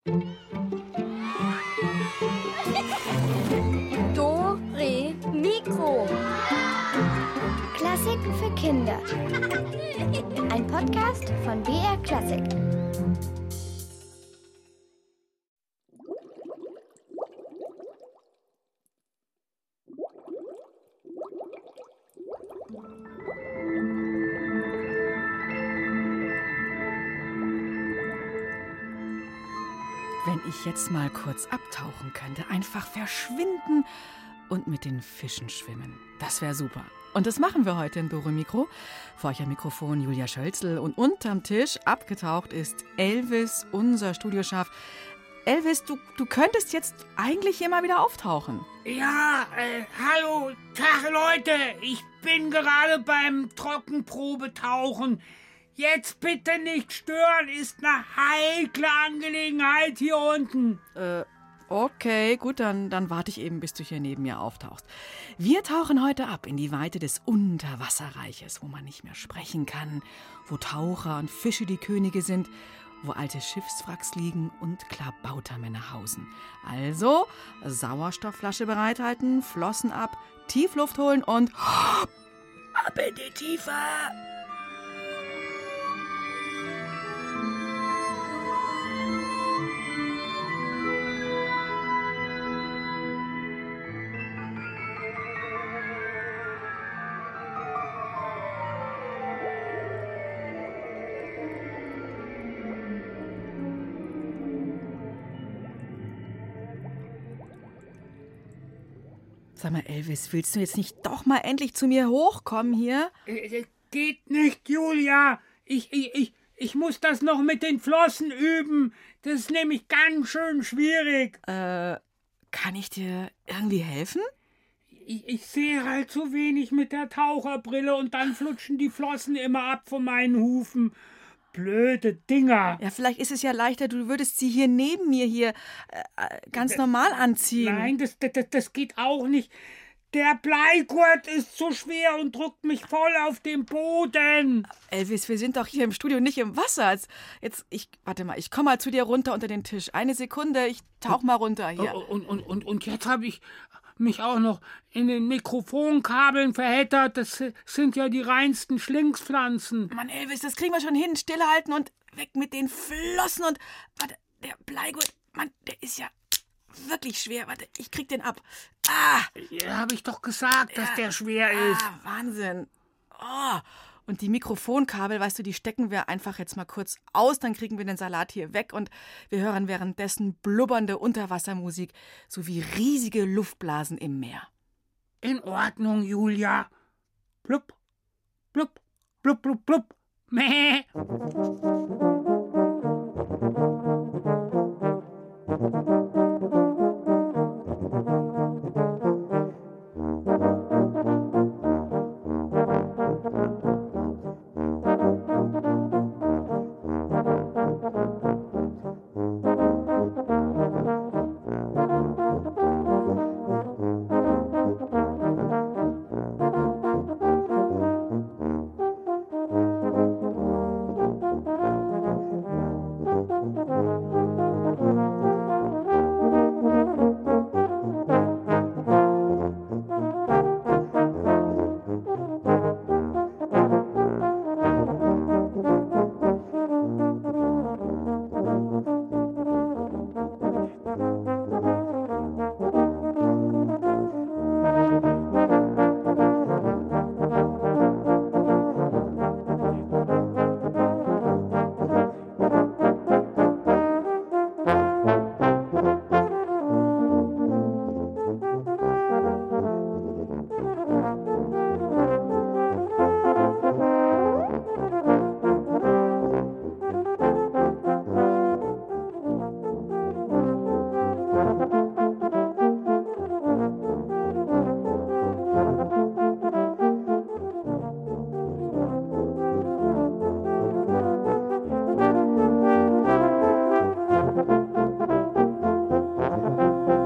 Do, Re, Mikro. Klassiken für Kinder. Ein Podcast von BR Klassik. Wenn ich jetzt mal kurz abtauchen könnte, einfach verschwinden und mit den Fischen schwimmen. Das wäre super. Und das machen wir heute im Dore Mikro. Vor euch am Mikrofon Julia Schölzl und unterm Tisch abgetaucht ist Elvis, unser Studioschaf. Elvis, du könntest jetzt eigentlich hier mal wieder auftauchen. Ja, hallo, Tag Leute, ich bin gerade beim Trockenprobetauchen. Jetzt bitte nicht stören, ist eine heikle Angelegenheit hier unten. Okay, gut, dann warte ich eben, bis du hier neben mir auftauchst. Wir tauchen heute ab in die Weite des Unterwasserreiches, wo man nicht mehr sprechen kann, wo Taucher und Fische die Könige sind, wo alte Schiffswracks liegen und Klabautermänner hausen. Also, Sauerstoffflasche bereithalten, Flossen ab, Tiefluft holen und ab in die Tiefe! Sag mal, Elvis, willst du jetzt nicht doch mal endlich zu mir hochkommen hier? Geht nicht, Julia. Ich muss das noch mit den Flossen üben. Das ist nämlich ganz schön schwierig. Kann ich dir irgendwie helfen? Ich sehe halt zu wenig mit der Taucherbrille und dann flutschen die Flossen immer ab von meinen Hufen. Blöde Dinger. Ja, vielleicht ist es ja leichter, du würdest sie hier neben mir hier ganz normal anziehen. Nein, das geht auch nicht. Der Bleigurt ist zu schwer und drückt mich voll auf den Boden. Elvis, wir sind doch hier im Studio, nicht im Wasser. Warte mal, ich komme mal zu dir runter unter den Tisch. Eine Sekunde, ich tauch mal runter hier. Und jetzt habe ich mich auch noch in den Mikrofonkabeln verheddert. Das sind ja die reinsten Schlingspflanzen. Mann, Elvis, das kriegen wir schon hin. Stillhalten und weg mit den Flossen und... Warte, der Bleigurt, Mann, der ist ja wirklich schwer. Warte, ich krieg den ab. Ja, habe ich doch gesagt, dass der schwer ist. Wahnsinn. Oh, und die Mikrofonkabel, weißt du, die stecken wir einfach jetzt mal kurz aus, dann kriegen wir den Salat hier weg und wir hören währenddessen blubbernde Unterwassermusik sowie riesige Luftblasen im Meer. In Ordnung, Julia. Blub, blub, blub, blub, blub. Mäh.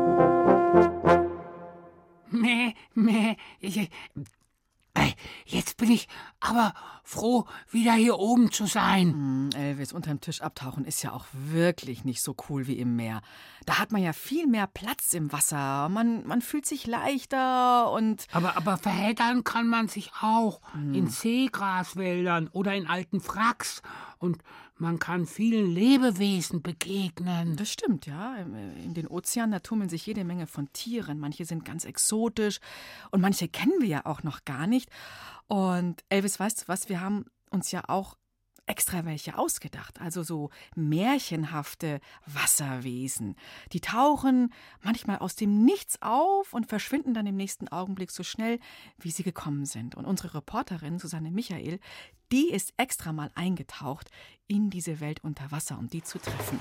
Jetzt Jetzt bin ich aber froh, wieder hier oben zu sein. Elvis, unterm Tisch abtauchen ist ja auch wirklich nicht so cool wie im Meer. Da hat man ja viel mehr Platz im Wasser. Man fühlt sich leichter und... Aber verheddern kann man sich auch in Seegraswäldern oder in alten Wracks. Und man kann vielen Lebewesen begegnen. Das stimmt, ja. In den Ozeanen, da tummeln sich jede Menge von Tieren. Manche sind ganz exotisch und manche kennen wir ja auch noch gar nicht. Und Elvis, weißt du was, wir haben uns ja auch extra welche ausgedacht. Also so märchenhafte Wasserwesen. Die tauchen manchmal aus dem Nichts auf und verschwinden dann im nächsten Augenblick so schnell, wie sie gekommen sind. Und unsere Reporterin Susanne Michael, die ist extra mal eingetaucht in diese Welt unter Wasser, um die zu treffen.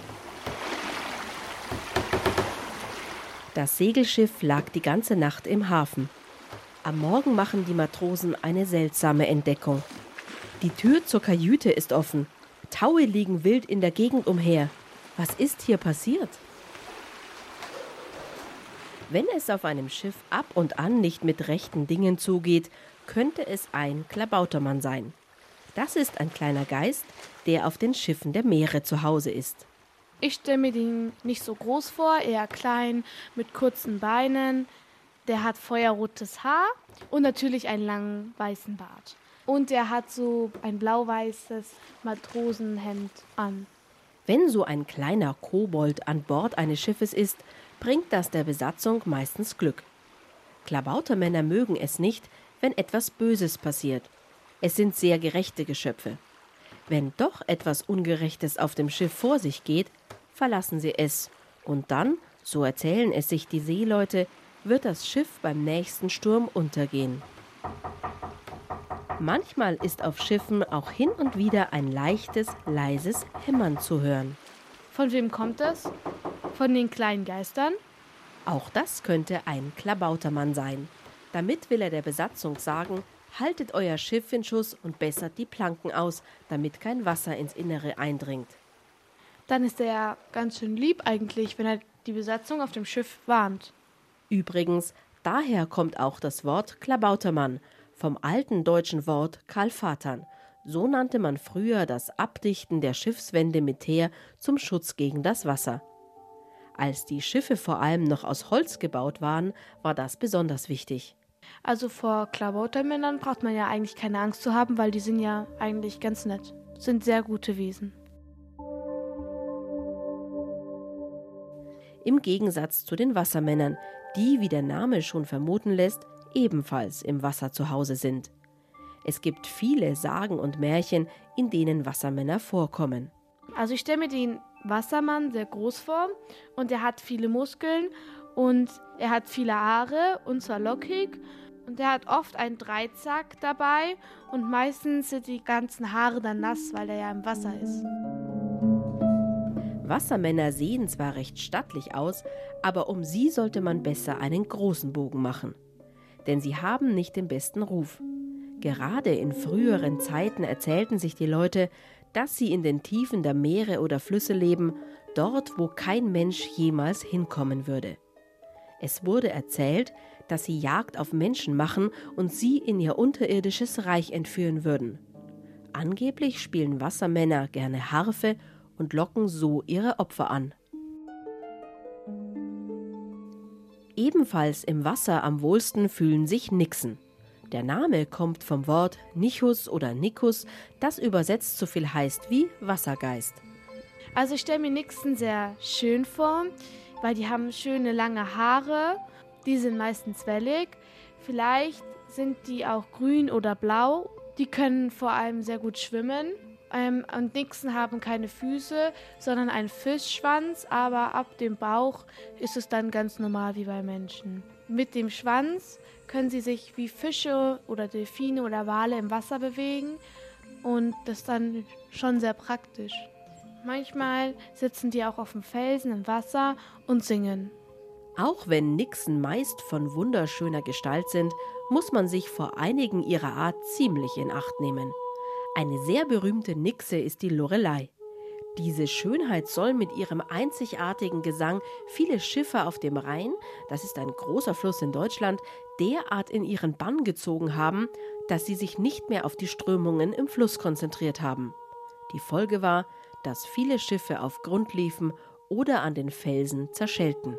Das Segelschiff lag die ganze Nacht im Hafen. Am Morgen machen die Matrosen eine seltsame Entdeckung. Die Tür zur Kajüte ist offen. Taue liegen wild in der Gegend umher. Was ist hier passiert? Wenn es auf einem Schiff ab und an nicht mit rechten Dingen zugeht, könnte es ein Klabautermann sein. Das ist ein kleiner Geist, der auf den Schiffen der Meere zu Hause ist. Ich stelle mir den nicht so groß vor, eher klein, mit kurzen Beinen. Der hat feuerrotes Haar und natürlich einen langen weißen Bart. Und er hat so ein blau-weißes Matrosenhemd an. Wenn so ein kleiner Kobold an Bord eines Schiffes ist, bringt das der Besatzung meistens Glück. Klabautermänner mögen es nicht, wenn etwas Böses passiert. Es sind sehr gerechte Geschöpfe. Wenn doch etwas Ungerechtes auf dem Schiff vor sich geht, verlassen sie es. Und dann, so erzählen es sich die Seeleute, wird das Schiff beim nächsten Sturm untergehen. Manchmal ist auf Schiffen auch hin und wieder ein leichtes, leises Hämmern zu hören. Von wem kommt das? Von den kleinen Geistern? Auch das könnte ein Klabautermann sein. Damit will er der Besatzung sagen, haltet euer Schiff in Schuss und bessert die Planken aus, damit kein Wasser ins Innere eindringt. Dann ist er ja ganz schön lieb eigentlich, wenn er die Besatzung auf dem Schiff warnt. Übrigens, daher kommt auch das Wort Klabautermann, vom alten deutschen Wort Kalfatern. So nannte man früher das Abdichten der Schiffswände mit Teer zum Schutz gegen das Wasser. Als die Schiffe vor allem noch aus Holz gebaut waren, war das besonders wichtig. Also vor Klabautermännern braucht man ja eigentlich keine Angst zu haben, weil die sind ja eigentlich ganz nett. Sind sehr gute Wesen. Im Gegensatz zu den Wassermännern, die, wie der Name schon vermuten lässt, ebenfalls im Wasser zu Hause sind. Es gibt viele Sagen und Märchen, in denen Wassermänner vorkommen. Also ich stelle mir den Wassermann sehr groß vor und er hat viele Muskeln und er hat viele Haare und zwar lockig und er hat oft einen Dreizack dabei und meistens sind die ganzen Haare dann nass, weil er ja im Wasser ist. Wassermänner sehen zwar recht stattlich aus, aber um sie sollte man besser einen großen Bogen machen. Denn sie haben nicht den besten Ruf. Gerade in früheren Zeiten erzählten sich die Leute, dass sie in den Tiefen der Meere oder Flüsse leben, dort, wo kein Mensch jemals hinkommen würde. Es wurde erzählt, dass sie Jagd auf Menschen machen und sie in ihr unterirdisches Reich entführen würden. Angeblich spielen Wassermänner gerne Harfe und locken so ihre Opfer an. Ebenfalls im Wasser am wohlsten fühlen sich Nixen. Der Name kommt vom Wort Nichus oder Nikus, das übersetzt so viel heißt wie Wassergeist. Also ich stelle mir Nixen sehr schön vor, weil die haben schöne lange Haare, die sind meistens wellig. Vielleicht sind die auch grün oder blau. Die können vor allem sehr gut schwimmen. Und Nixen haben keine Füße, sondern einen Fischschwanz, aber ab dem Bauch ist es dann ganz normal wie bei Menschen. Mit dem Schwanz können sie sich wie Fische oder Delfine oder Wale im Wasser bewegen und das ist dann schon sehr praktisch. Manchmal sitzen die auch auf dem Felsen im Wasser und singen. Auch wenn Nixen meist von wunderschöner Gestalt sind, muss man sich vor einigen ihrer Art ziemlich in Acht nehmen. Eine sehr berühmte Nixe ist die Lorelei. Diese Schönheit soll mit ihrem einzigartigen Gesang viele Schiffe auf dem Rhein, das ist ein großer Fluss in Deutschland, derart in ihren Bann gezogen haben, dass sie sich nicht mehr auf die Strömungen im Fluss konzentriert haben. Die Folge war, dass viele Schiffe auf Grund liefen oder an den Felsen zerschellten.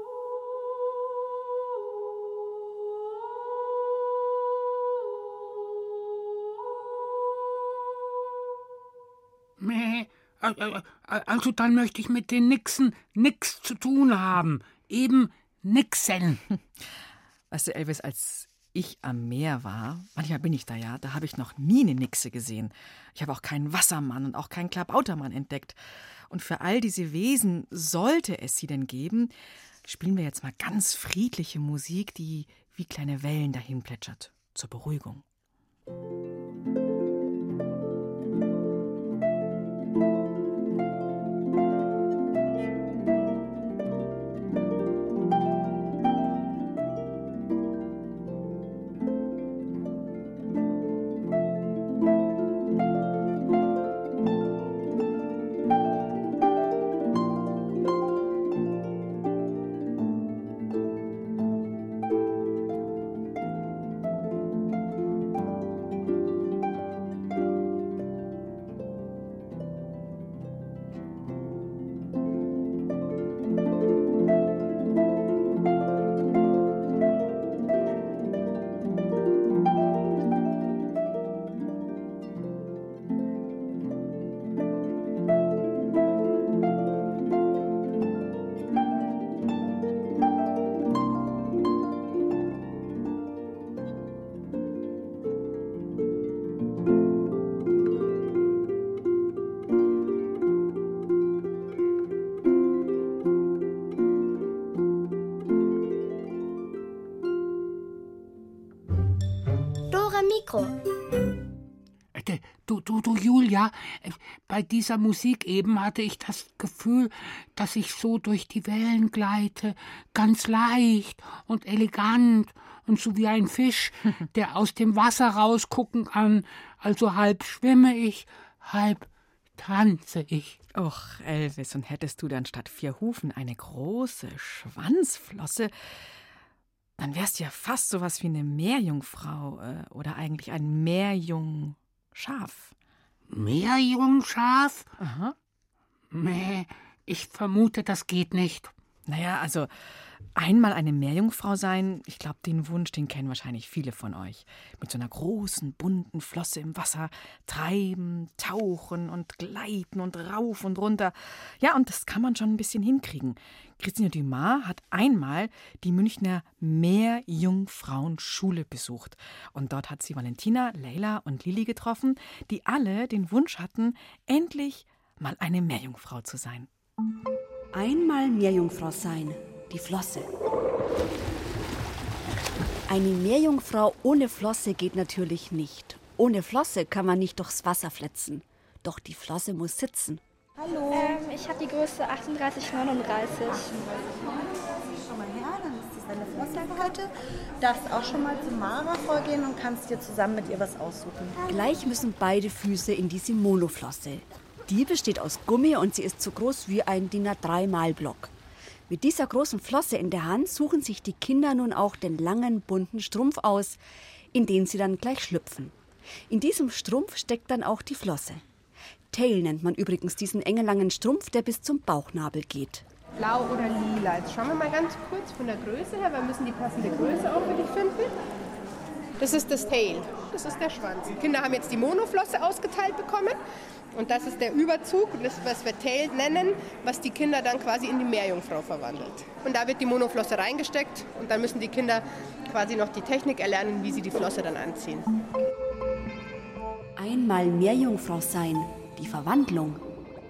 Also dann möchte ich mit den Nixen nichts zu tun haben. Eben Nixen. Weißt du, Elvis, als ich am Meer war, manchmal bin ich da ja, da habe ich noch nie eine Nixe gesehen. Ich habe auch keinen Wassermann und auch keinen Klabautermann entdeckt. Und für all diese Wesen, sollte es sie denn geben, spielen wir jetzt mal ganz friedliche Musik, die wie kleine Wellen dahin plätschert, zur Beruhigung. Du, Julia, bei dieser Musik eben hatte ich das Gefühl, dass ich so durch die Wellen gleite, ganz leicht und elegant und so wie ein Fisch, der aus dem Wasser rausgucken kann. Also halb schwimme ich, halb tanze ich. Och, Elvis, und hättest du dann statt 4 Hufen eine große Schwanzflosse, dann wärst du ja fast sowas wie eine Meerjungfrau oder eigentlich ein Meerjungschaf. Meerjungschaf? Aha. Nee, ich vermute, das geht nicht. Naja, also einmal eine Meerjungfrau sein, ich glaube, den Wunsch, den kennen wahrscheinlich viele von euch. Mit so einer großen, bunten Flosse im Wasser treiben, tauchen und gleiten und rauf und runter. Ja, und das kann man schon ein bisschen hinkriegen. Christine Dumas hat einmal die Münchner Meerjungfrauenschule besucht. Und dort hat sie Valentina, Leila und Lili getroffen, die alle den Wunsch hatten, endlich mal eine Meerjungfrau zu sein. Einmal Meerjungfrau sein, die Flosse. Eine Meerjungfrau ohne Flosse geht natürlich nicht. Ohne Flosse kann man nicht durchs Wasser flitzen. Doch die Flosse muss sitzen. Hallo. Ich habe die Größe 3839. Schon mal her, dann ist das deine Flosse für heute. Darfst auch schon mal zu Mara vorgehen und kannst dir zusammen mit ihr was aussuchen. Gleich müssen beide Füße in diese Monoflosse. Die besteht aus Gummi und sie ist so groß wie ein DIN A3-Malblock. Mit dieser großen Flosse in der Hand suchen sich die Kinder nun auch den langen, bunten Strumpf aus, in den sie dann gleich schlüpfen. In diesem Strumpf steckt dann auch die Flosse. Tail nennt man übrigens diesen engen, langen Strumpf, der bis zum Bauchnabel geht. Blau oder lila. Jetzt schauen wir mal ganz kurz von der Größe her. Wir müssen die passende Größe auch für dich finden. Das ist das Tail, das ist der Schwanz. Die Kinder haben jetzt die Monoflosse ausgeteilt bekommen. Und das ist der Überzug, das, was wir Tail nennen, was die Kinder dann quasi in die Meerjungfrau verwandelt. Und da wird die Monoflosse reingesteckt und dann müssen die Kinder quasi noch die Technik erlernen, wie sie die Flosse dann anziehen. Einmal Meerjungfrau sein, die Verwandlung.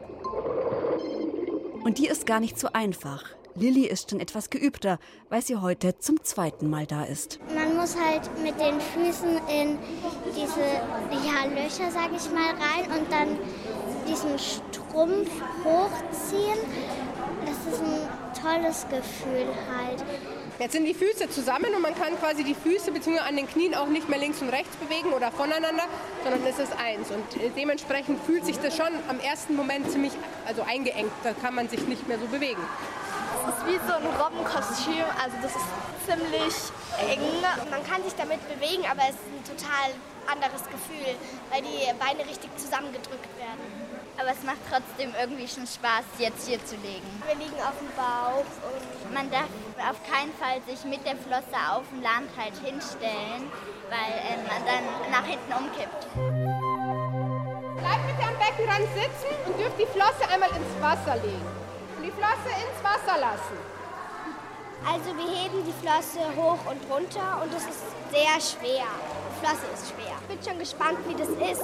Und die ist gar nicht so einfach. Lilly ist schon etwas geübter, weil sie heute zum 2. Mal da ist. Man muss halt mit den Füßen in diese Löcher, sag ich mal, rein und dann diesen Strumpf hochziehen. Das ist ein tolles Gefühl halt. Jetzt sind die Füße zusammen und man kann quasi die Füße bzw. an den Knien auch nicht mehr links und rechts bewegen oder voneinander, sondern es ist eins. Und dementsprechend fühlt sich das schon am ersten Moment ziemlich eingeengt. Da kann man sich nicht mehr so bewegen. Es ist wie so ein Robbenkostüm. Also das ist ziemlich eng. Man kann sich damit bewegen, aber es ist ein total anderes Gefühl, weil die Beine richtig zusammengedrückt werden. Aber es macht trotzdem irgendwie schon Spaß, jetzt hier zu liegen. Wir liegen auf dem Bauch und man darf auf keinen Fall sich mit der Flosse auf dem Land halt hinstellen, weil man dann nach hinten umkippt. Bleibt bitte am Beckenrand sitzen und dürft die Flosse einmal ins Wasser legen. Und die Flosse ins Wasser lassen. Also wir heben die Flosse hoch und runter und es ist sehr schwer. Die Flosse ist schwer. Ich bin schon gespannt, wie das ist.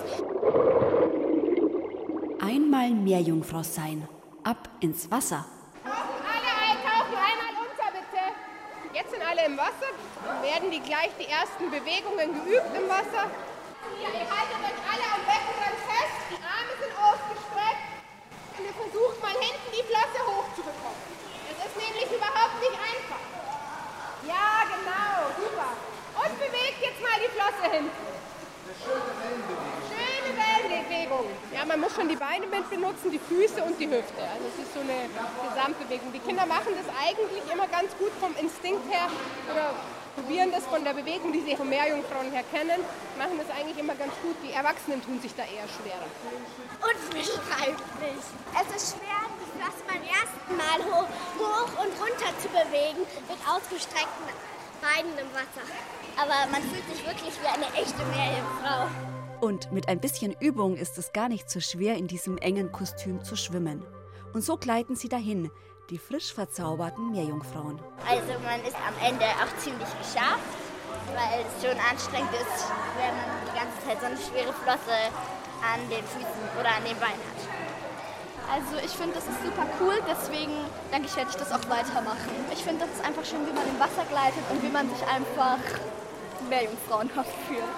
Einmal Meerjungfrau sein. Ab ins Wasser. Alle eintauchen, einmal unter bitte. Jetzt sind alle im Wasser. Dann werden gleich die ersten Bewegungen geübt im Wasser. Hier, ihr haltet euch alle am Beckenrand fest. Die Arme sind ausgestreckt. Und ihr versucht mal hinten die Flosse hochzubekommen. Das ist nämlich überhaupt nicht einfach. Ja, genau, super. Und bewegt jetzt mal die Flosse hinten. Schöne Wellenbewegung. Ja, man muss schon die Beine mit benutzen, die Füße und die Hüfte. Also es ist so eine Gesamtbewegung. Die Kinder machen das eigentlich immer ganz gut vom Instinkt her oder probieren das von der Bewegung, die sie von Meerjungfrauen her kennen, machen das eigentlich immer ganz gut. Die Erwachsenen tun sich da eher schwerer. Unbeschreiblich. Es ist schwer, die Flosse beim ersten Mal hoch und runter zu bewegen mit ausgestreckten Beinen im Wasser. Aber man fühlt sich wirklich wie eine echte Meerjungfrau. Und mit ein bisschen Übung ist es gar nicht so schwer, in diesem engen Kostüm zu schwimmen. Und so gleiten sie dahin, die frisch verzauberten Meerjungfrauen. Also man ist am Ende auch ziemlich geschafft, weil es schon anstrengend ist, wenn man die ganze Zeit so eine schwere Flosse an den Füßen oder an den Beinen hat. Also ich finde, das ist super cool, deswegen denke ich, werde ich das auch weitermachen. Ich finde, das ist einfach schön, wie man im Wasser gleitet und wie man sich einfach meerjungfrauenhaft fühlt.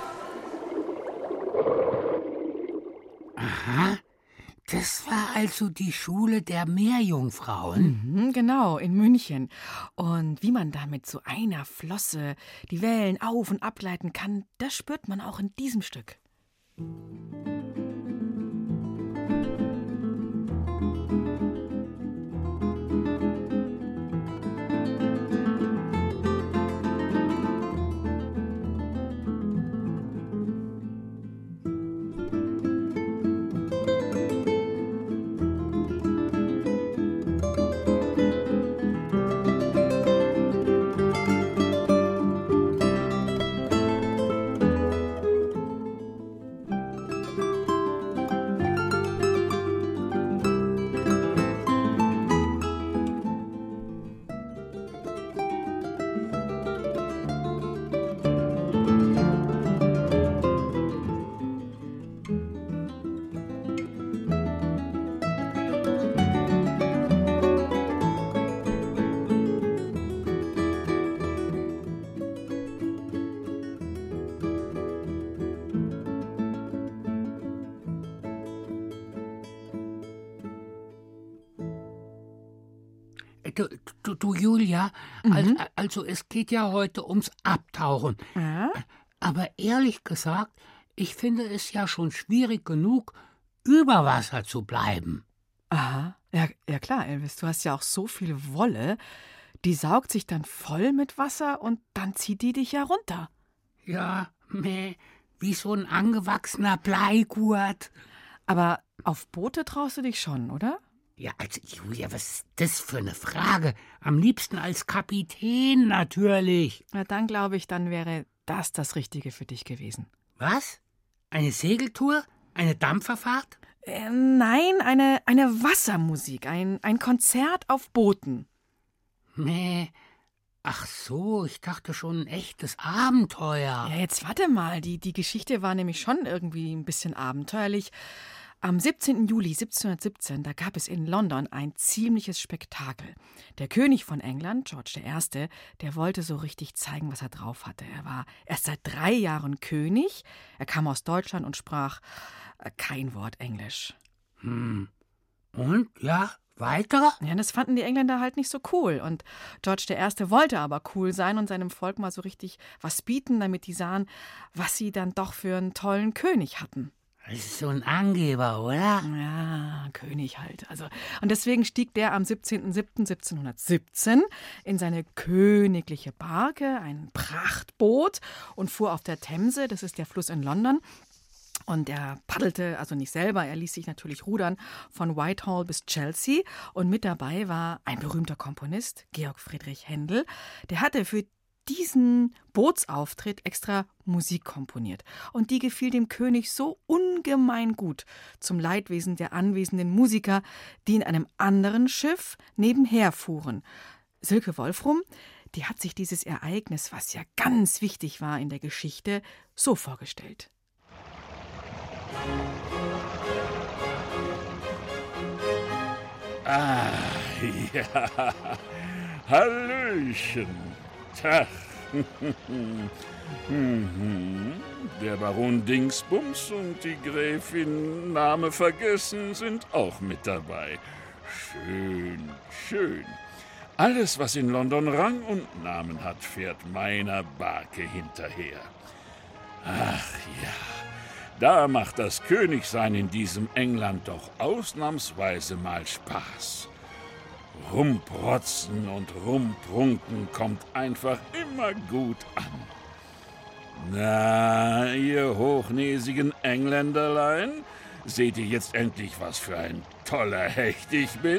Aha, das war also die Schule der Meerjungfrauen? Mhm, genau, in München. Und wie man da mit so einer Flosse die Wellen auf- und abgleiten kann, das spürt man auch in diesem Stück. Du Julia, also es geht ja heute ums Abtauchen. Ja? Aber ehrlich gesagt, ich finde es ja schon schwierig genug, über Wasser zu bleiben. Aha, ja klar, Elvis, du hast ja auch so viel Wolle, die saugt sich dann voll mit Wasser und dann zieht die dich ja runter. Ja, wie so ein angewachsener Bleigurt. Aber auf Boote traust du dich schon, oder? Ja, also Julia, was ist das für eine Frage? Am liebsten als Kapitän natürlich. Na, dann glaube ich, dann wäre das Richtige für dich gewesen. Was? Eine Segeltour? Eine Dampferfahrt? Nein, eine Wassermusik, ein Konzert auf Booten. Nee. Ach so, ich dachte schon ein echtes Abenteuer. Ja, jetzt warte mal, die Geschichte war nämlich schon irgendwie ein bisschen abenteuerlich. Am 17. Juli 1717, da gab es in London ein ziemliches Spektakel. Der König von England, George I., der wollte so richtig zeigen, was er drauf hatte. Er war erst seit 3 Jahren König, er kam aus Deutschland und sprach kein Wort Englisch. Und, ja, weiter? Ja, das fanden die Engländer halt nicht so cool. Und George I. wollte aber cool sein und seinem Volk mal so richtig was bieten, damit die sahen, was sie dann doch für einen tollen König hatten. Das ist so ein Angeber, oder? Ja, König halt. Also, und deswegen stieg der am 17.07.1717 in seine königliche Barke, ein Prachtboot, und fuhr auf der Themse, das ist der Fluss in London. Und er paddelte, also nicht selber, er ließ sich natürlich rudern, von Whitehall bis Chelsea. Und mit dabei war ein berühmter Komponist, Georg Friedrich Händel. Der hatte für diesen Bootsauftritt extra Musik komponiert. Und die gefiel dem König so ungemein gut, zum Leidwesen der anwesenden Musiker, die in einem anderen Schiff nebenher fuhren. Silke Wolfrum, die hat sich dieses Ereignis, was ja ganz wichtig war in der Geschichte, so vorgestellt. Ah, ja. Hallöchen. Tag. Der Baron Dingsbums und die Gräfin Name vergessen sind auch mit dabei. Schön, schön. Alles, was in London Rang und Namen hat, fährt meiner Barke hinterher. Ach ja. Da macht das Königsein in diesem England doch ausnahmsweise mal Spaß. Rumprotzen und rumprunken kommt einfach immer gut an. Na, ihr hochnäsigen Engländerlein, seht ihr jetzt endlich, was für ein toller Hecht ich bin?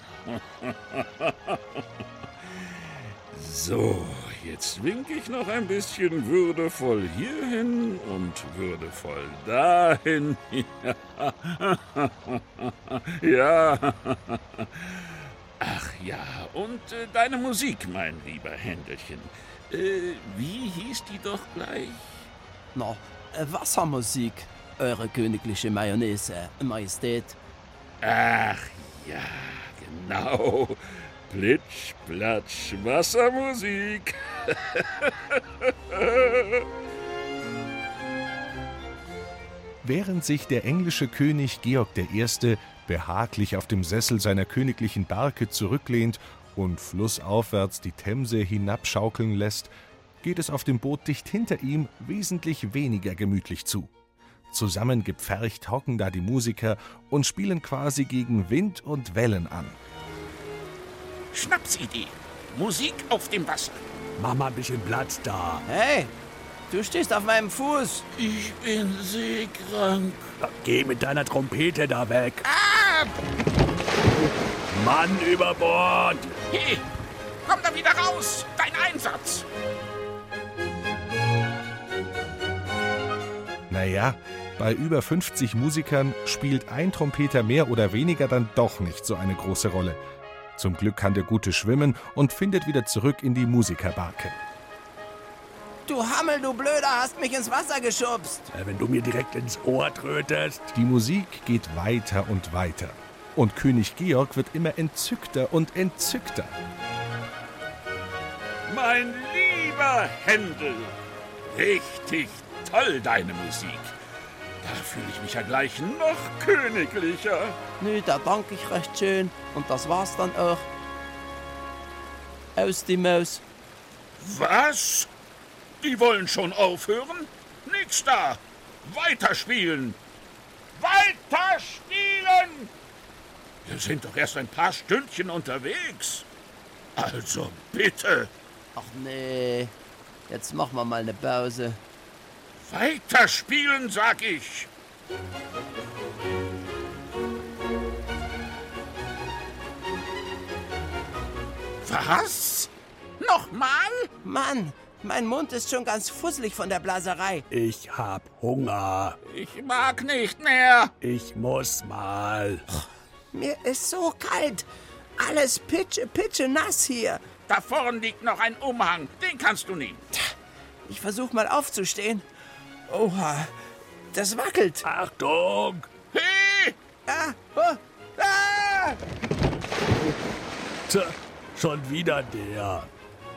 So, jetzt winke ich noch ein bisschen würdevoll hierhin und würdevoll dahin. Ja. Ach ja, und deine Musik, mein lieber Händelchen. Wie hieß die doch gleich? Na, Wassermusik, eure königliche Mayonnaise, Majestät. Ach ja, genau. Plitsch, Platsch, Wassermusik. Während sich der englische König Georg I. behaglich auf dem Sessel seiner königlichen Barke zurücklehnt und flussaufwärts die Themse hinabschaukeln lässt, geht es auf dem Boot dicht hinter ihm wesentlich weniger gemütlich zu. Zusammengepfercht hocken da die Musiker und spielen quasi gegen Wind und Wellen an. Schnapsidee. Musik auf dem Wasser. Mach mal ein bisschen Platz da. Hey, du stehst auf meinem Fuß. Ich bin seekrank. Geh mit deiner Trompete da weg. Ab! Mann über Bord! Hey, komm da wieder raus! Dein Einsatz! Naja, bei über 50 Musikern spielt ein Trompeter mehr oder weniger dann doch nicht so eine große Rolle. Zum Glück kann der Gute schwimmen und findet wieder zurück in die Musikerbarke. Du Hammel, du Blöder, hast mich ins Wasser geschubst. Wenn du mir direkt ins Ohr trötest. Die Musik geht weiter und weiter. Und König Georg wird immer entzückter und entzückter. Mein lieber Händel, richtig toll deine Musik. Da fühle ich mich ja gleich noch königlicher. Nö, da danke ich recht schön. Und das war's dann auch. Aus die Maus. Was? Die wollen schon aufhören? Nix da. Weiterspielen. Weiterspielen! Wir sind doch erst ein paar Stündchen unterwegs. Also bitte. Ach nee, jetzt machen wir mal eine Pause. Weiterspielen, sag ich. Was? Nochmal? Mann, mein Mund ist schon ganz fusselig von der Blaserei. Ich hab Hunger. Ich mag nicht mehr. Ich muss mal. Mir ist so kalt. Alles pitche nass hier. Da vorn liegt noch ein Umhang. Den kannst du nehmen. Ich versuch mal aufzustehen. Oha, das wackelt. Achtung! Hey! Tja, schon wieder der.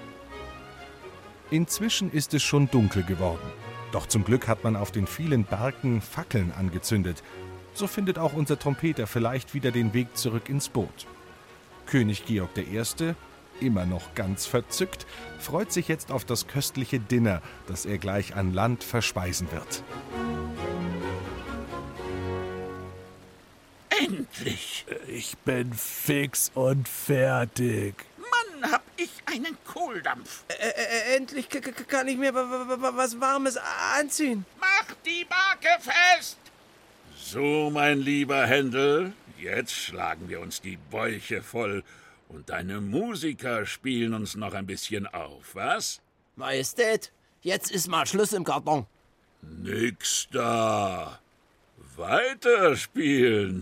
Inzwischen ist es schon dunkel geworden. Doch zum Glück hat man auf den vielen Barken Fackeln angezündet. So findet auch unser Trompeter vielleicht wieder den Weg zurück ins Boot. König Georg I., immer noch ganz verzückt, freut sich jetzt auf das köstliche Dinner, das er gleich an Land verspeisen wird. Endlich! Ich bin fix und fertig. Mann, hab ich einen Kohldampf. Endlich kann ich mir was Warmes anziehen. Mach die Barke fest! So, mein lieber Händel, jetzt schlagen wir uns die Bäuche voll und deine Musiker spielen uns noch ein bisschen auf, was? Majestät, jetzt ist mal Schluss im Karton. Nix da. Weiterspielen.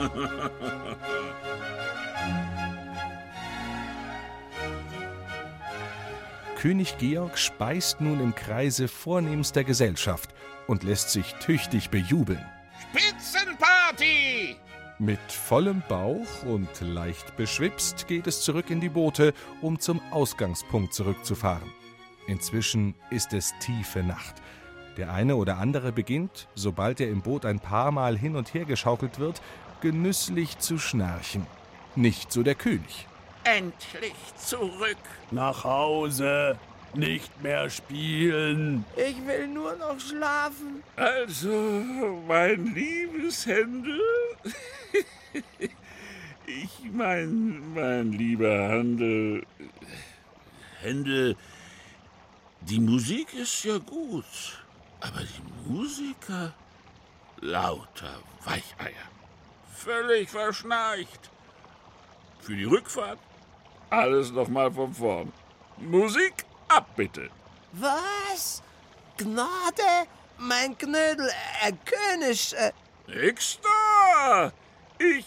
König Georg speist nun im Kreise vornehmster Gesellschaft und lässt sich tüchtig bejubeln. Spitzenparty! Mit vollem Bauch und leicht beschwipst geht es zurück in die Boote, um zum Ausgangspunkt zurückzufahren. Inzwischen ist es tiefe Nacht. Der eine oder andere beginnt, sobald er im Boot ein paar Mal hin und her geschaukelt wird, genüsslich zu schnarchen. Nicht so der König. Endlich zurück. Nach Hause. Nicht mehr spielen. Ich will nur noch schlafen. Also, mein liebes Händel, mein lieber Händel, die Musik ist ja gut, aber die Musiker, lauter Weicheier, völlig verschnarcht. Für die Rückfahrt, alles nochmal von vorn. Musik ab, bitte. Was? Gnade? Mein Knödel, König, Nix da! Ich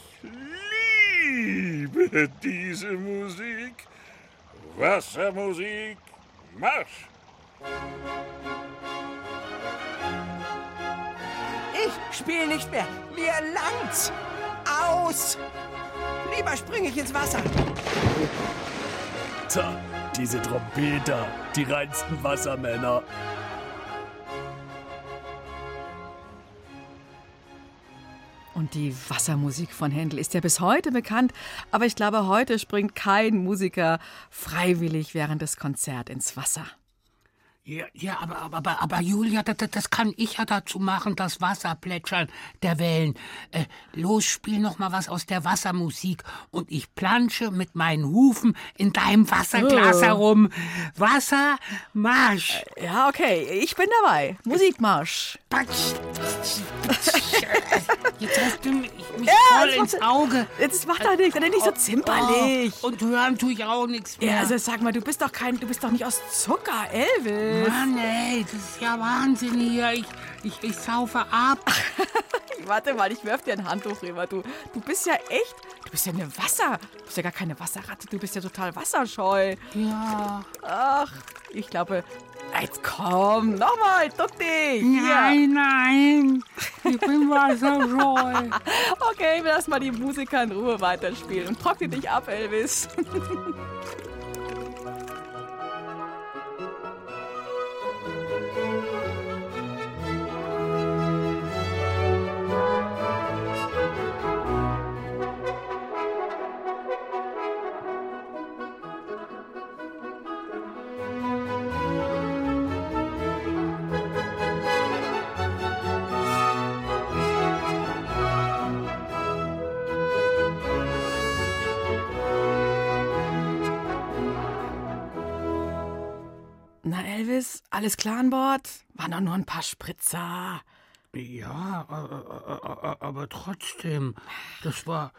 liebe diese Musik. Wassermusik, Marsch! Ich spiele nicht mehr. Mir langt's. Aus. Lieber springe ich ins Wasser. Tja, diese Trompeter, die reinsten Wassermänner. Und die Wassermusik von Händel ist ja bis heute bekannt, aber ich glaube, heute springt kein Musiker freiwillig während des Konzerts ins Wasser. Ja, aber Julia, das kann ich ja dazu machen, das Wasserplätschern der Wellen. Los, spiel noch mal was aus der Wassermusik und ich plansche mit meinen Hufen in deinem Wasserglas herum. Wassermarsch. Ja, okay, ich bin dabei. Musikmarsch. Jetzt hast du mich voll ins Auge. Jetzt mach doch nichts, dann nicht so zimperlich. Und hören tue ich auch nichts mehr. Ja, also sag mal, du bist doch nicht aus Zucker, Elvis. Mann, ey, das ist ja Wahnsinn hier. Ich saufe ab. Warte mal, ich werf dir ein Handtuch rüber. Du bist ja echt, du bist ja gar keine Wasserratte, du bist ja total wasserscheu. Ja. Ach, ich glaube, jetzt komm, nochmal, duck dich. Nein, ich bin wasserscheu. Okay, wir lassen mal die Musiker in Ruhe weiterspielen und trockne dich ab, Elvis. Na, Elvis, alles klar an Bord? Waren doch nur ein paar Spritzer. Ja, aber trotzdem, das war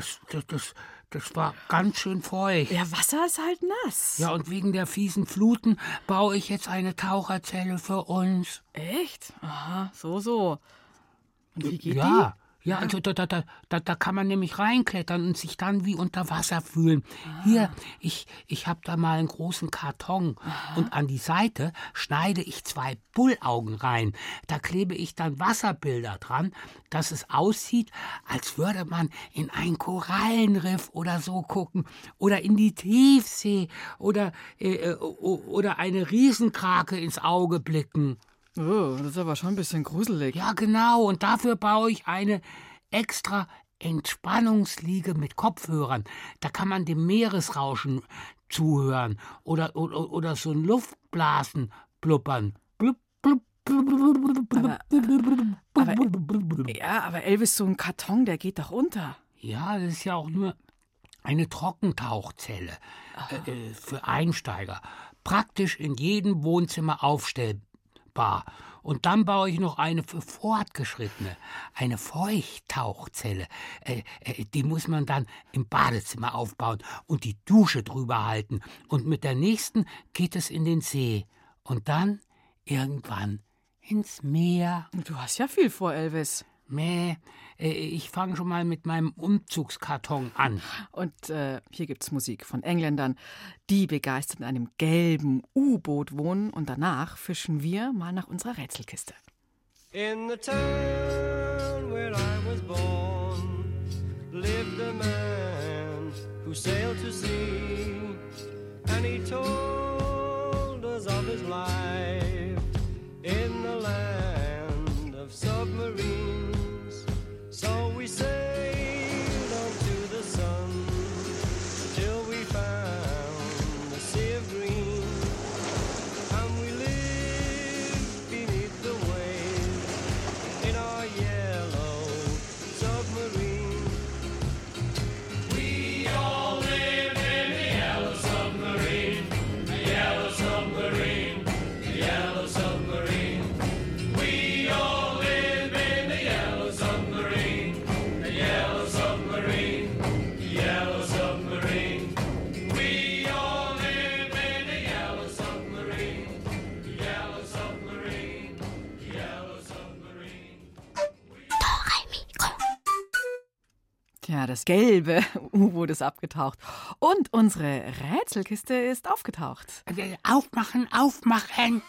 ganz schön feucht. Ja, Wasser ist halt nass. Ja, und wegen der fiesen Fluten baue ich jetzt eine Taucherzelle für uns. Echt? Aha, so. Und wie geht die? Ja, also da kann man nämlich reinklettern und sich dann wie unter Wasser fühlen. Hier, ich habe da mal einen großen Karton und an die Seite schneide ich 2 Bullaugen rein. Da klebe ich dann Wasserbilder dran, dass es aussieht, als würde man in ein Korallenriff oder so gucken oder in die Tiefsee oder eine Riesenkrake ins Auge blicken. Oh, das ist aber schon ein bisschen gruselig. Ja, genau. Und dafür baue ich eine extra Entspannungsliege mit Kopfhörern. Da kann man dem Meeresrauschen zuhören oder so ein Luftblasen blubbern. Blub, blub, blub, blub, blub, blub. Aber Elvis, so ein Karton, der geht doch unter. Ja, das ist ja auch nur eine Trockentauchzelle für Einsteiger. Praktisch in jedem Wohnzimmer aufstellbar. Und dann baue ich noch eine für Fortgeschrittene, eine Feuchttauchzelle. Die muss man dann im Badezimmer aufbauen und die Dusche drüber halten. Und mit der nächsten geht es in den See. Und dann irgendwann ins Meer. Du hast ja viel vor, Elvis. Ich fange schon mal mit meinem Umzugskarton an. Und hier gibt's Musik von Engländern, die begeistert in einem gelben U-Boot wohnen. Und danach fischen wir mal nach unserer Rätselkiste. In the town where I was born lived a man who sailed to sea, and he told us of his life in the land of submarines. So we sailed on to the sun till we found the sea of green, and we lived beneath the waves in our yellow submarine. We all live in the yellow submarine, the yellow submarine, the yellow submarine. We all live in the yellow submarine, the yellow submarine, the yellow submarine. We all live in the yellow submarine, the yellow submarine, the yellow submarine. Tja, das gelbe U-Boot ist abgetaucht. Und unsere Rätselkiste ist aufgetaucht. Aufmachen, aufmachen!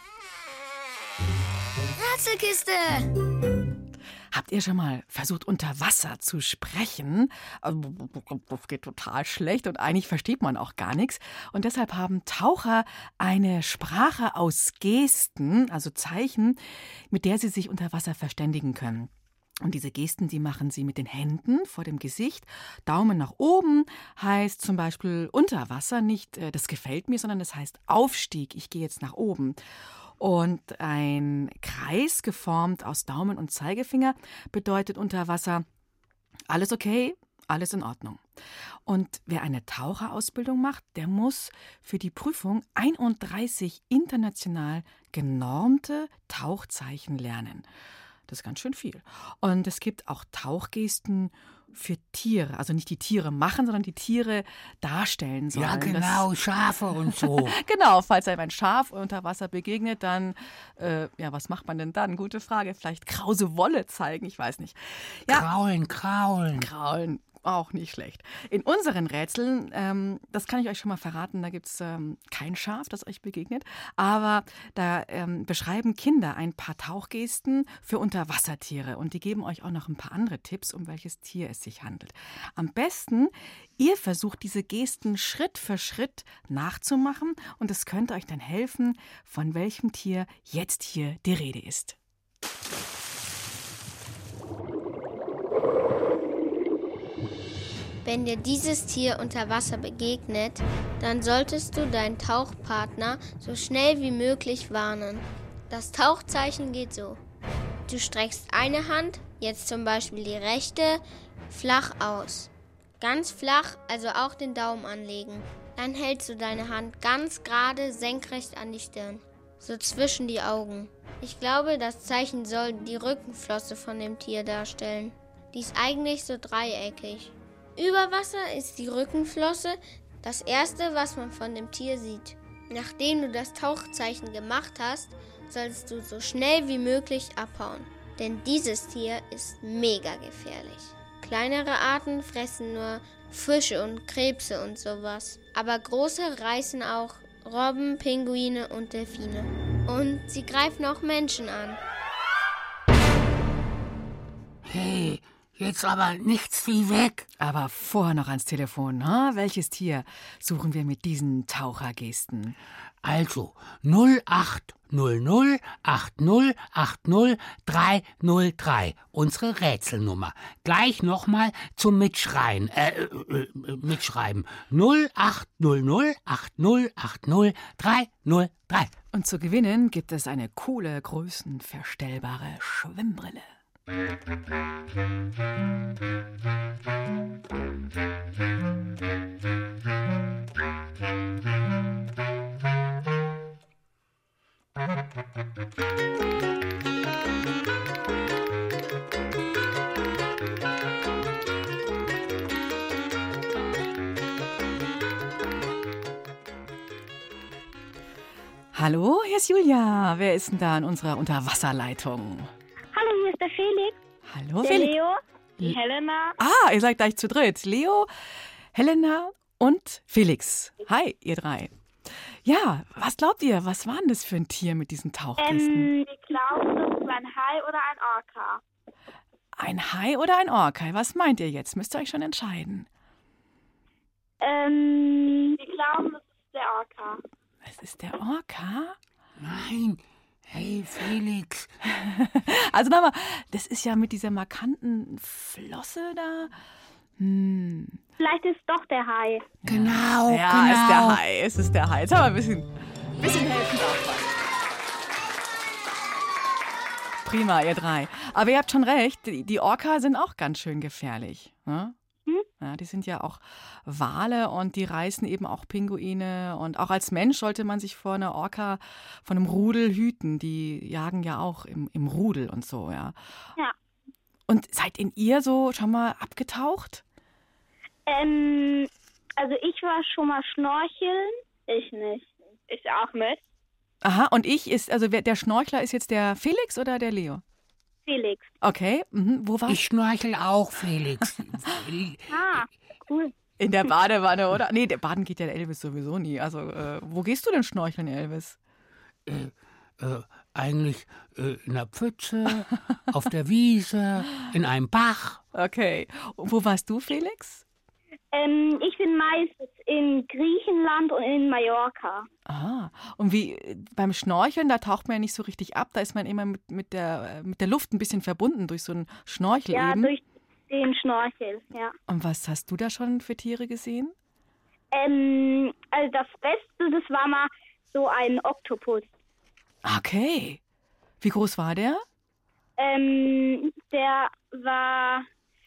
Rätselkiste! Habt ihr schon mal versucht, unter Wasser zu sprechen? Das geht total schlecht und eigentlich versteht man auch gar nichts. Und deshalb haben Taucher eine Sprache aus Gesten, also Zeichen, mit der sie sich unter Wasser verständigen können. Und diese Gesten, die machen sie mit den Händen vor dem Gesicht. Daumen nach oben heißt zum Beispiel unter Wasser nicht, das gefällt mir, sondern das heißt Aufstieg, ich gehe jetzt nach oben. Und ein Kreis geformt aus Daumen und Zeigefinger bedeutet unter Wasser, alles okay, alles in Ordnung. Und wer eine Taucherausbildung macht, der muss für die Prüfung 31 international genormte Tauchzeichen lernen. Das ist ganz schön viel. Und es gibt auch Tauchgesten für Tiere. Also nicht die Tiere machen, sondern die Tiere darstellen sollen. Ja, genau, Schafe und so. Genau, falls einem ein Schaf unter Wasser begegnet, dann, was macht man denn dann? Gute Frage. Vielleicht krause Wolle zeigen, ich weiß nicht. Ja, Kraulen. Auch nicht schlecht. In unseren Rätseln, das kann ich euch schon mal verraten, da gibt es kein Schaf, das euch begegnet, aber da beschreiben Kinder ein paar Tauchgesten für Unterwassertiere und die geben euch auch noch ein paar andere Tipps, um welches Tier es sich handelt. Am besten, ihr versucht diese Gesten Schritt für Schritt nachzumachen und es könnte euch dann helfen, von welchem Tier jetzt hier die Rede ist. Wenn dir dieses Tier unter Wasser begegnet, dann solltest du deinen Tauchpartner so schnell wie möglich warnen. Das Tauchzeichen geht so. Du streckst eine Hand, jetzt zum Beispiel die rechte, flach aus. Ganz flach, also auch den Daumen anlegen. Dann hältst du deine Hand ganz gerade senkrecht an die Stirn, so zwischen die Augen. Ich glaube, das Zeichen soll die Rückenflosse von dem Tier darstellen. Die ist eigentlich so dreieckig. Über Wasser ist die Rückenflosse das Erste, was man von dem Tier sieht. Nachdem du das Tauchzeichen gemacht hast, sollst du so schnell wie möglich abhauen. Denn dieses Tier ist mega gefährlich. Kleinere Arten fressen nur Fische und Krebse und sowas. Aber große reißen auch Robben, Pinguine und Delfine. Und sie greifen auch Menschen an. Hey, jetzt aber nichts wie weg. Aber vorher noch ans Telefon. Hm? Welches Tier suchen wir mit diesen Tauchergesten? Also 0800 80 80 303, unsere Rätselnummer. Gleich nochmal zum Mitschreiben. 0800 80 80 303. Und zu gewinnen gibt es eine coole, größenverstellbare Schwimmbrille. Hallo, hier ist Julia. Wer ist denn da in unserer Unterwasserleitung? Hallo, hier ist der Felix. Hallo, der Felix. Leo, die Helena. Ah, ihr seid gleich zu dritt. Leo, Helena und Felix. Hi, ihr drei. Ja, was glaubt ihr? Was war denn das für ein Tier mit diesen Tauchgästen? Ich glaube, das ist ein Hai oder ein Orca. Ein Hai oder ein Orca? Was meint ihr jetzt? Müsst ihr euch schon entscheiden. Ich glaube, das ist der Orca. Es ist der Orca? Nein. Hey, Felix. Also nochmal, das ist ja mit dieser markanten Flosse da. Vielleicht ist es doch der Hai. Genau, ja, genau. Ist der Hai. Es ist der Hai. Jetzt haben wir ein bisschen helfen auch. Prima, ihr drei. Aber ihr habt schon recht, die Orca sind auch ganz schön gefährlich. Ne? Ja, die sind ja auch Wale und die reißen eben auch Pinguine. Und auch als Mensch sollte man sich vor einer Orca, von einem Rudel hüten. Die jagen ja auch im Rudel und so, ja. Ja. Und seid ihr so schon mal abgetaucht? Also ich war schon mal schnorcheln. Ich nicht. Ich auch mit. Aha, und der Schnorchler ist jetzt der Felix oder der Leo? Felix. Okay, wo war's? Ich schnorchel auch, Felix. Cool. In der Badewanne, oder? Nee, der Baden geht ja der Elvis sowieso nie. Also, wo gehst du denn schnorcheln, Elvis? Eigentlich in der Pfütze, auf der Wiese, in einem Bach. Okay. Und wo warst du, Felix? Ich bin meistens in Griechenland und in Mallorca. Ah, und beim Schnorcheln, da taucht man ja nicht so richtig ab, da ist man immer mit der Luft ein bisschen verbunden durch so einen Schnorchel eben. Ja, durch den Schnorchel, ja. Und was hast du da schon für Tiere gesehen? Also das Beste, das war mal so ein Oktopus. Okay. Wie groß war der? Der war...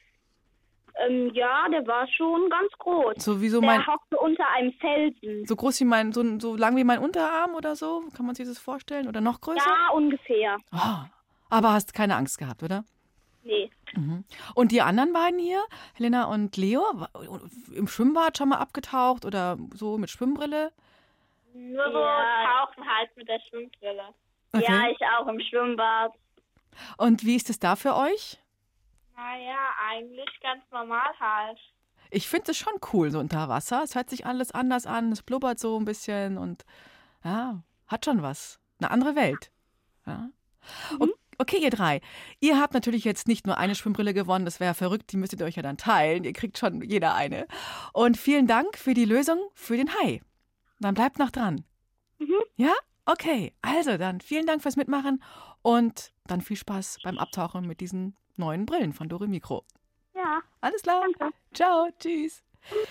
der war schon ganz groß. So wie so der hockte unter einem Felsen. So groß wie so lang wie mein Unterarm oder so? Kann man sich das vorstellen? Oder noch größer? Ja, ungefähr. Oh, aber hast keine Angst gehabt, oder? Nee. Mhm. Und die anderen beiden hier, Helena und Leo, im Schwimmbad schon mal abgetaucht oder so mit Schwimmbrille? Nur so tauchen halt mit der Schwimmbrille. Okay. Ja, ich auch im Schwimmbad. Und wie ist es da für euch? Naja, eigentlich ganz normal halt. Ich finde es schon cool, so unter Wasser. Es hört sich alles anders an, es blubbert so ein bisschen und ja, hat schon was. Eine andere Welt. Ja. Okay, ihr drei. Ihr habt natürlich jetzt nicht nur eine Schwimmbrille gewonnen, das wäre ja verrückt, die müsstet ihr euch ja dann teilen. Ihr kriegt schon jeder eine. Und vielen Dank für die Lösung für den Hai. Dann bleibt noch dran. Ja? Okay, also dann vielen Dank fürs Mitmachen und dann viel Spaß beim Abtauchen mit diesen neuen Brillen von Dore Mikro. Ja. Alles klar. Danke. Ciao, tschüss.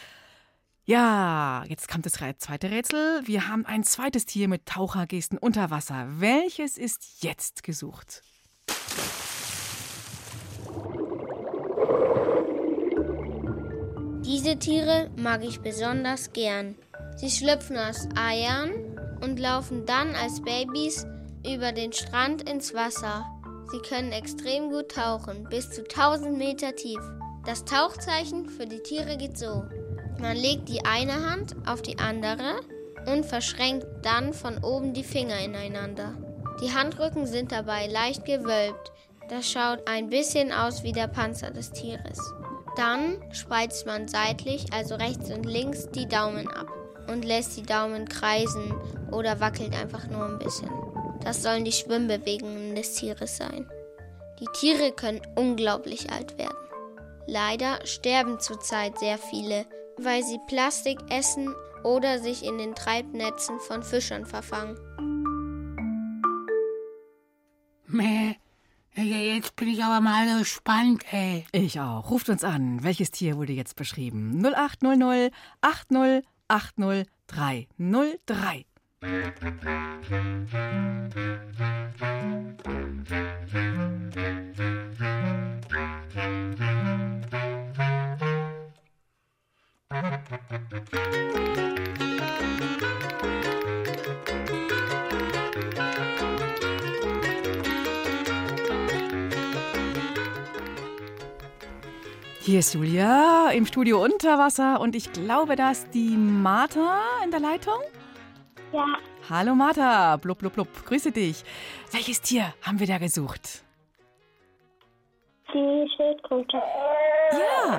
Ja, jetzt kommt das zweite Rätsel. Wir haben ein zweites Tier mit Tauchergesten unter Wasser. Welches ist jetzt gesucht? Diese Tiere mag ich besonders gern. Sie schlüpfen aus Eiern und laufen dann als Babys über den Strand ins Wasser. Sie können extrem gut tauchen, bis zu 1000 Meter tief. Das Tauchzeichen für die Tiere geht so. Man legt die eine Hand auf die andere und verschränkt dann von oben die Finger ineinander. Die Handrücken sind dabei leicht gewölbt. Das schaut ein bisschen aus wie der Panzer des Tieres. Dann spreizt man seitlich, also rechts und links, die Daumen ab und lässt die Daumen kreisen oder wackelt einfach nur ein bisschen. Das sollen die Schwimmbewegungen des Tieres sein. Die Tiere können unglaublich alt werden. Leider sterben zurzeit sehr viele, weil sie Plastik essen oder sich in den Treibnetzen von Fischern verfangen. Jetzt bin ich aber mal gespannt, ey. Ich auch. Ruft uns an. Welches Tier wurde jetzt beschrieben? 0800 80 80 303. Hier ist Julia im Studio Unterwasser und ich glaube, da ist die Martha in der Leitung. Ja. Hallo Martha, blub, blub, blub, grüße dich. Welches Tier haben wir da gesucht? Die Schildkröte. Ja.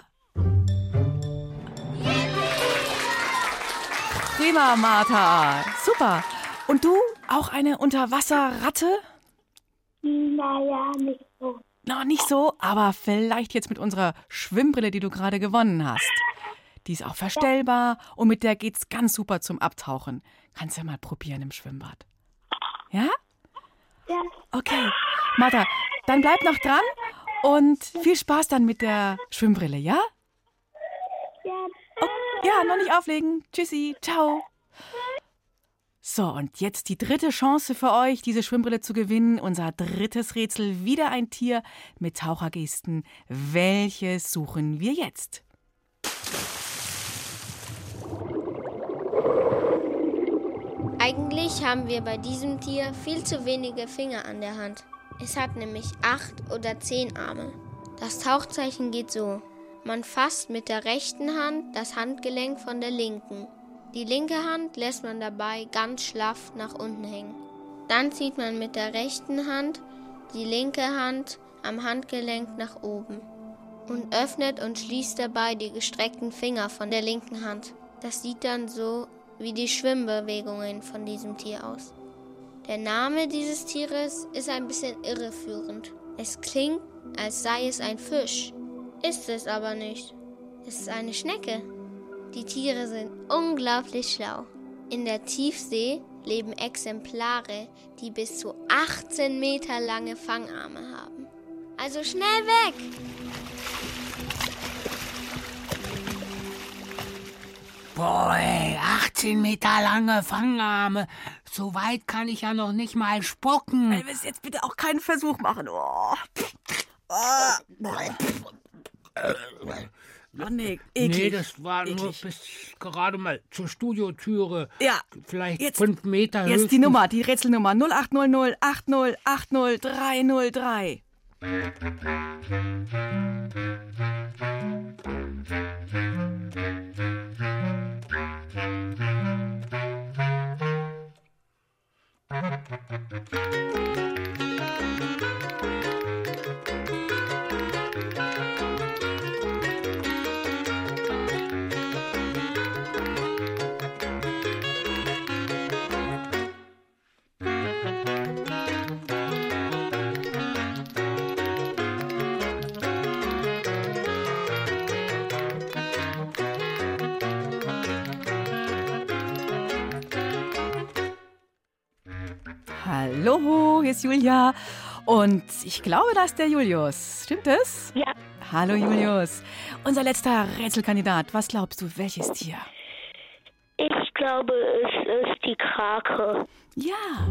Prima, Martha. Super. Und du, auch eine Unterwasserratte? Naja, nicht so. Noch nicht so, aber vielleicht jetzt mit unserer Schwimmbrille, die du gerade gewonnen hast. Die ist auch verstellbar und mit der geht's ganz super zum Abtauchen. Kannst ja mal probieren im Schwimmbad. Ja? Ja. Okay. Martha, dann bleib noch dran und viel Spaß dann mit der Schwimmbrille, ja? Ja. Oh, ja, noch nicht auflegen. Tschüssi, ciao. So, und jetzt die dritte Chance für euch, diese Schwimmbrille zu gewinnen. Unser drittes Rätsel, wieder ein Tier mit Tauchergesten. Welches suchen wir jetzt? Eigentlich haben wir bei diesem Tier viel zu wenige Finger an der Hand. Es hat nämlich 8 oder 10 Arme. Das Tauchzeichen geht so. Man fasst mit der rechten Hand das Handgelenk von der linken. Die linke Hand lässt man dabei ganz schlaff nach unten hängen. Dann zieht man mit der rechten Hand die linke Hand am Handgelenk nach oben und öffnet und schließt dabei die gestreckten Finger von der linken Hand. Das sieht dann so wie die Schwimmbewegungen von diesem Tier aus. Der Name dieses Tieres ist ein bisschen irreführend. Es klingt, als sei es ein Fisch, ist es aber nicht. Es ist eine Schnecke. Die Tiere sind unglaublich schlau. In der Tiefsee leben Exemplare, die bis zu 18 Meter lange Fangarme haben. Also schnell weg! Boah, ey, 18 Meter lange Fangarme. So weit kann ich ja noch nicht mal spucken. Du wirst jetzt bitte auch keinen Versuch machen. Oh, nee, eklig. Nee, das war nur bis gerade mal zur Studiotüre. Ja. Vielleicht jetzt, 5 Meter höchstens. Jetzt die Nummer, die Rätselnummer 0800 80 80 303. Hallo, hier ist Julia. Und ich glaube, das ist der Julius. Stimmt das? Ja. Hallo, Julius. Unser letzter Rätselkandidat. Was glaubst du, welches Tier? Ich glaube, es ist die Krake. Ja.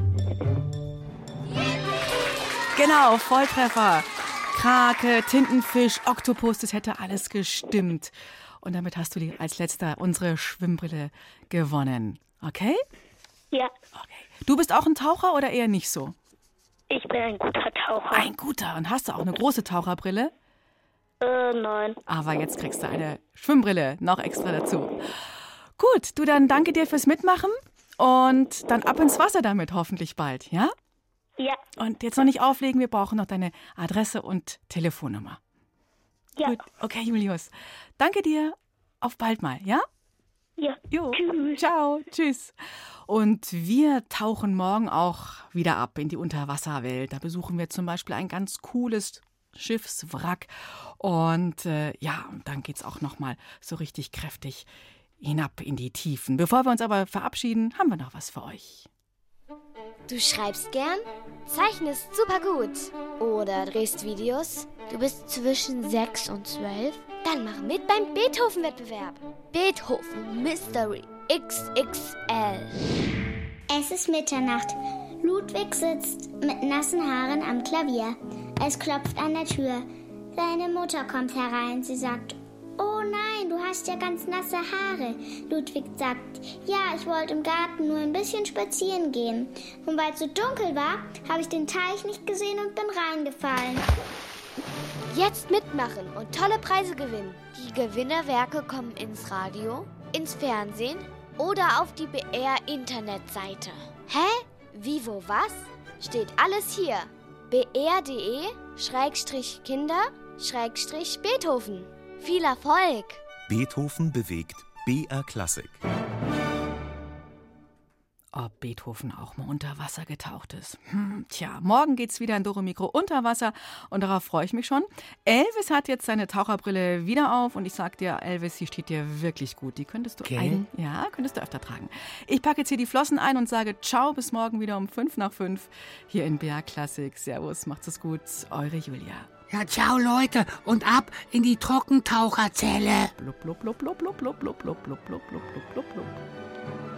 Genau, Volltreffer. Krake, Tintenfisch, Oktopus, das hätte alles gestimmt. Und damit hast du als letzter unsere Schwimmbrille gewonnen. Okay? Ja. Okay. Du bist auch ein Taucher oder eher nicht so? Ich bin ein guter Taucher. Ein guter. Und hast du auch eine große Taucherbrille? Nein. Aber jetzt kriegst du eine Schwimmbrille noch extra dazu. Gut, du, dann danke dir fürs Mitmachen und dann ab ins Wasser damit hoffentlich bald, ja? Ja. Und jetzt noch nicht auflegen, wir brauchen noch deine Adresse und Telefonnummer. Ja. Gut, okay, Julius. Danke dir. Auf bald mal, ja? Ja. Jo. Tschüss. Ciao. Tschüss. Und wir tauchen morgen auch wieder ab in die Unterwasserwelt. Da besuchen wir zum Beispiel ein ganz cooles Schiffswrack. Und dann geht's auch noch mal so richtig kräftig hinab in die Tiefen. Bevor wir uns aber verabschieden, haben wir noch was für euch. Du schreibst gern, zeichnest super gut oder drehst Videos. Du bist zwischen 6 und 12. Dann mach mit beim Beethoven-Wettbewerb. Beethoven Mystery XXL. Es ist Mitternacht. Ludwig sitzt mit nassen Haaren am Klavier. Es klopft an der Tür. Seine Mutter kommt herein. Sie sagt, oh nein, du hast ja ganz nasse Haare. Ludwig sagt, ja, ich wollte im Garten nur ein bisschen spazieren gehen. Und weil es so dunkel war, habe ich den Teich nicht gesehen und bin reingefallen. Jetzt mitmachen und tolle Preise gewinnen. Die Gewinnerwerke kommen ins Radio, ins Fernsehen oder auf die BR-Internetseite. Hä? Wie, wo, was? Steht alles hier. br.de/Kinder/Beethoven. Viel Erfolg! Beethoven bewegt BR Klassik. Ob Beethoven auch mal unter Wasser getaucht ist. Tja, morgen geht's wieder in Dore Mikro unter Wasser und darauf freue ich mich schon. Elvis hat jetzt seine Taucherbrille wieder auf und ich sag dir, Elvis, die steht dir wirklich gut. Die könntest du könntest du öfter tragen. Ich packe jetzt hier die Flossen ein und sage ciao, bis morgen wieder um 5:05 hier in BR Klassik. Servus, macht's es gut, eure Julia. Ja, ciao Leute und ab in die Trockentaucherzelle. Blub, blub, blub, blub, blub, blub, blub, blub, blub, blub, blub, blub, blub.